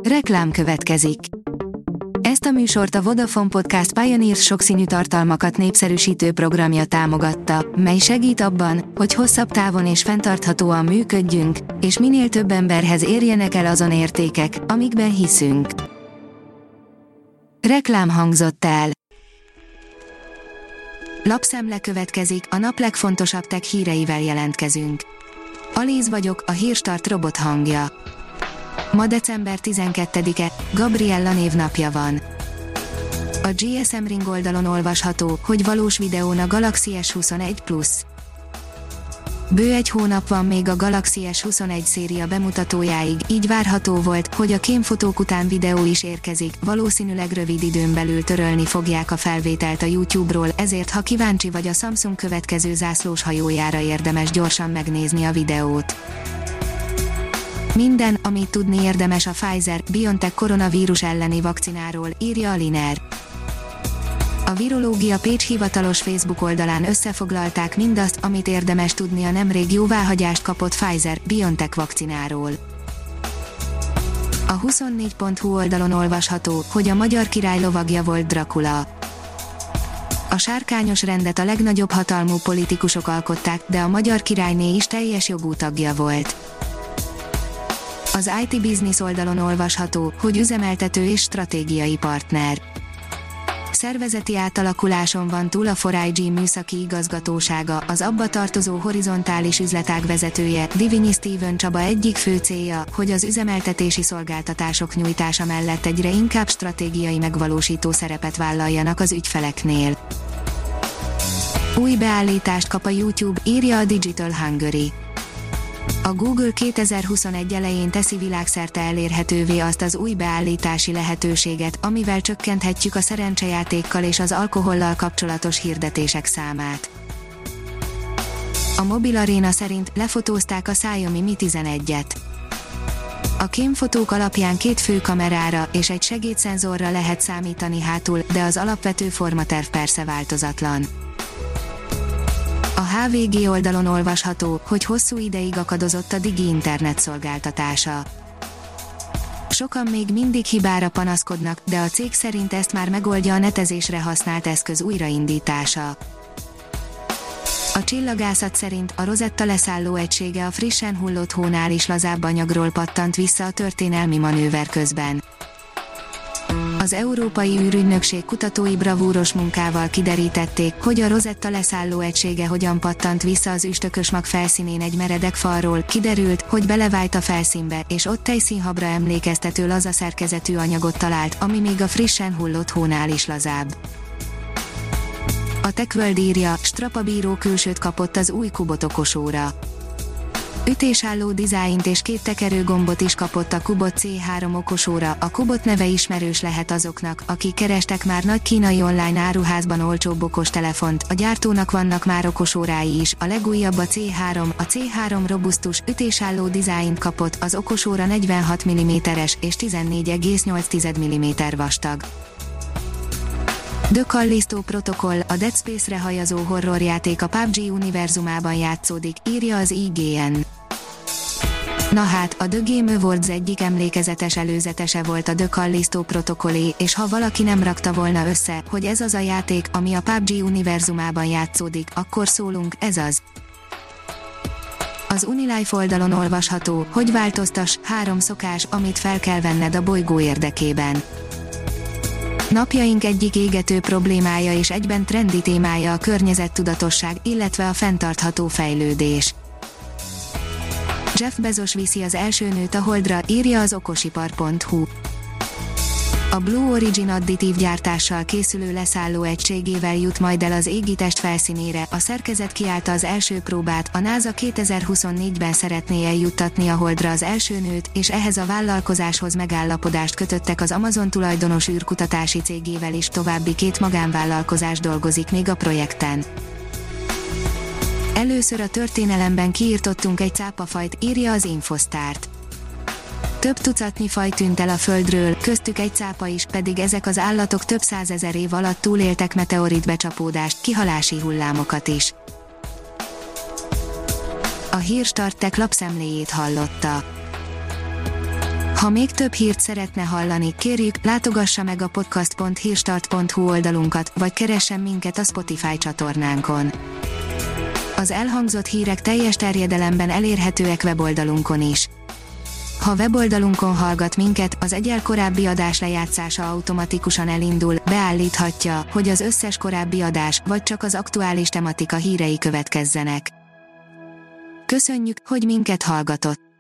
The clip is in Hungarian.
Reklám következik. Ezt a műsort a Vodafone Podcast Pioneers sokszínű tartalmakat népszerűsítő programja támogatta, mely segít abban, hogy hosszabb távon és fenntarthatóan működjünk, és minél több emberhez érjenek el azon értékek, amikben hiszünk. Reklám hangzott el. Lapszemle következik, a nap legfontosabb tech híreivel jelentkezünk. Alíz vagyok, a Hírstart robot hangja. Ma december 12-e, Gabriella névnapja van. A GSM Ring oldalon olvasható, hogy valós videón a Galaxy S21 Plus. Bő egy hónap van még a Galaxy S21 széria bemutatójáig, így várható volt, hogy a kémfotók után videó is érkezik, valószínűleg rövid időn belül törölni fogják a felvételt a YouTube-ról, ezért ha kíváncsi vagy a Samsung következő zászlós hajójára, érdemes gyorsan megnézni a videót. Minden, amit tudni érdemes a Pfizer-BioNTech koronavírus elleni vakcináról, írja a Liner. A Virológia Pécs hivatalos Facebook oldalán összefoglalták mindazt, amit érdemes tudni a nemrég jóváhagyást kapott Pfizer-BioNTech vakcináról. A 24.hu oldalon olvasható, hogy a magyar király lovagja volt Dracula. A sárkányos rendet a legnagyobb hatalmú politikusok alkották, de a magyar királyné is teljes jogú tagja volt. Az IT Business oldalon olvasható, hogy üzemeltető és stratégiai partner. Szervezeti átalakuláson van túl a 4IG műszaki igazgatósága, az abba tartozó horizontális üzletág vezetője, Divinyi Steven Csaba egyik fő célja, hogy az üzemeltetési szolgáltatások nyújtása mellett egyre inkább stratégiai megvalósító szerepet vállaljanak az ügyfeleknél. Új beállítást kap a YouTube, írja a Digital Hungary. A Google 2021 elején teszi világszerte elérhetővé azt az új beállítási lehetőséget, amivel csökkenthetjük a szerencsejátékkal és az alkohollal kapcsolatos hirdetések számát. A Mobil Arena szerint lefotózták a Xiaomi Mi 11-et. A kémfotók alapján 2 főkamerára és egy segédszenzorra lehet számítani hátul, de az alapvető formaterv persze változatlan. A HVG oldalon olvasható, hogy hosszú ideig akadozott a Digi internet szolgáltatása. Sokan még mindig hibára panaszkodnak, de a cég szerint ezt már megoldja a netezésre használt eszköz újraindítása. A csillagászat szerint a Rosetta leszálló egysége a frissen hullott hónál is lazább anyagról pattant vissza a történelmi manőver közben. Az Európai űrügynökség kutatói bravúros munkával kiderítették, hogy a Rosetta leszálló egysége hogyan pattant vissza az üstökös mag felszínén egy meredek falról. Kiderült, hogy belevájt a felszínbe, és ott tejszínhabra emlékeztető laza szerkezetű anyagot talált, ami még a frissen hullott hónál is lazább. A TechWorld írja, strapabíró külsőt kapott az új Kubot okosóra. Ütésálló dizájnt és 2 tekerőgombot is kapott a Kubot C3 okosóra. A Kubot neve ismerős lehet azoknak, akik kerestek már nagy kínai online áruházban olcsóbb okostelefont. A gyártónak vannak már okosórái is, a legújabb a C3. A C3 robusztus, ütésálló dizájnt kapott, az okosóra 46 mm-es és 14,8 mm vastag. The Callisto Protocol, a Dead Space-re hajazó horrorjáték a PUBG univerzumában játszódik, írja az IGN. Na hát, a The Game Awards egyik emlékezetes előzetese volt a The Callisto Protocolé, és ha valaki nem rakta volna össze, hogy ez az a játék, ami a PUBG univerzumában játszódik, akkor szólunk, ez az. Az Unilife oldalon olvasható, hogy változtass, 3 szokás, amit fel kell venned a bolygó érdekében. Napjaink egyik égető problémája és egyben trendi témája a környezettudatosság, illetve a fenntartható fejlődés. Jeff Bezos viszi az első nőt a Holdra, írja az okosipar.hu. A Blue Origin additív gyártással készülő leszálló egységével jut majd el az égitest felszínére, a szerkezet kiállta az első próbát, a NASA 2024-ben szeretné eljuttatni a Holdra az első nőt, és ehhez a vállalkozáshoz megállapodást kötöttek az Amazon tulajdonos űrkutatási cégével is, további 2 magánvállalkozás dolgozik még a projekten. Először a történelemben kiirtottunk egy cápafajt, írja az Infosztárt. Több tucatnyi faj tűnt el a Földről, köztük egy cápa is, pedig ezek az állatok több százezer év alatt túléltek meteoritbecsapódást, kihalási hullámokat is. A Hírstart Tech lapszemléjét hallotta. Ha még több hírt szeretne hallani, kérjük, látogassa meg a podcast.hírstart.hu oldalunkat, vagy keressen minket a Spotify csatornánkon. Az elhangzott hírek teljes terjedelemben elérhetőek weboldalunkon is. Ha weboldalunkon hallgat minket, az egyel korábbi adás lejátszása automatikusan elindul, beállíthatja, hogy az összes korábbi adás, vagy csak az aktuális tematika hírei következzenek. Köszönjük, hogy minket hallgatott!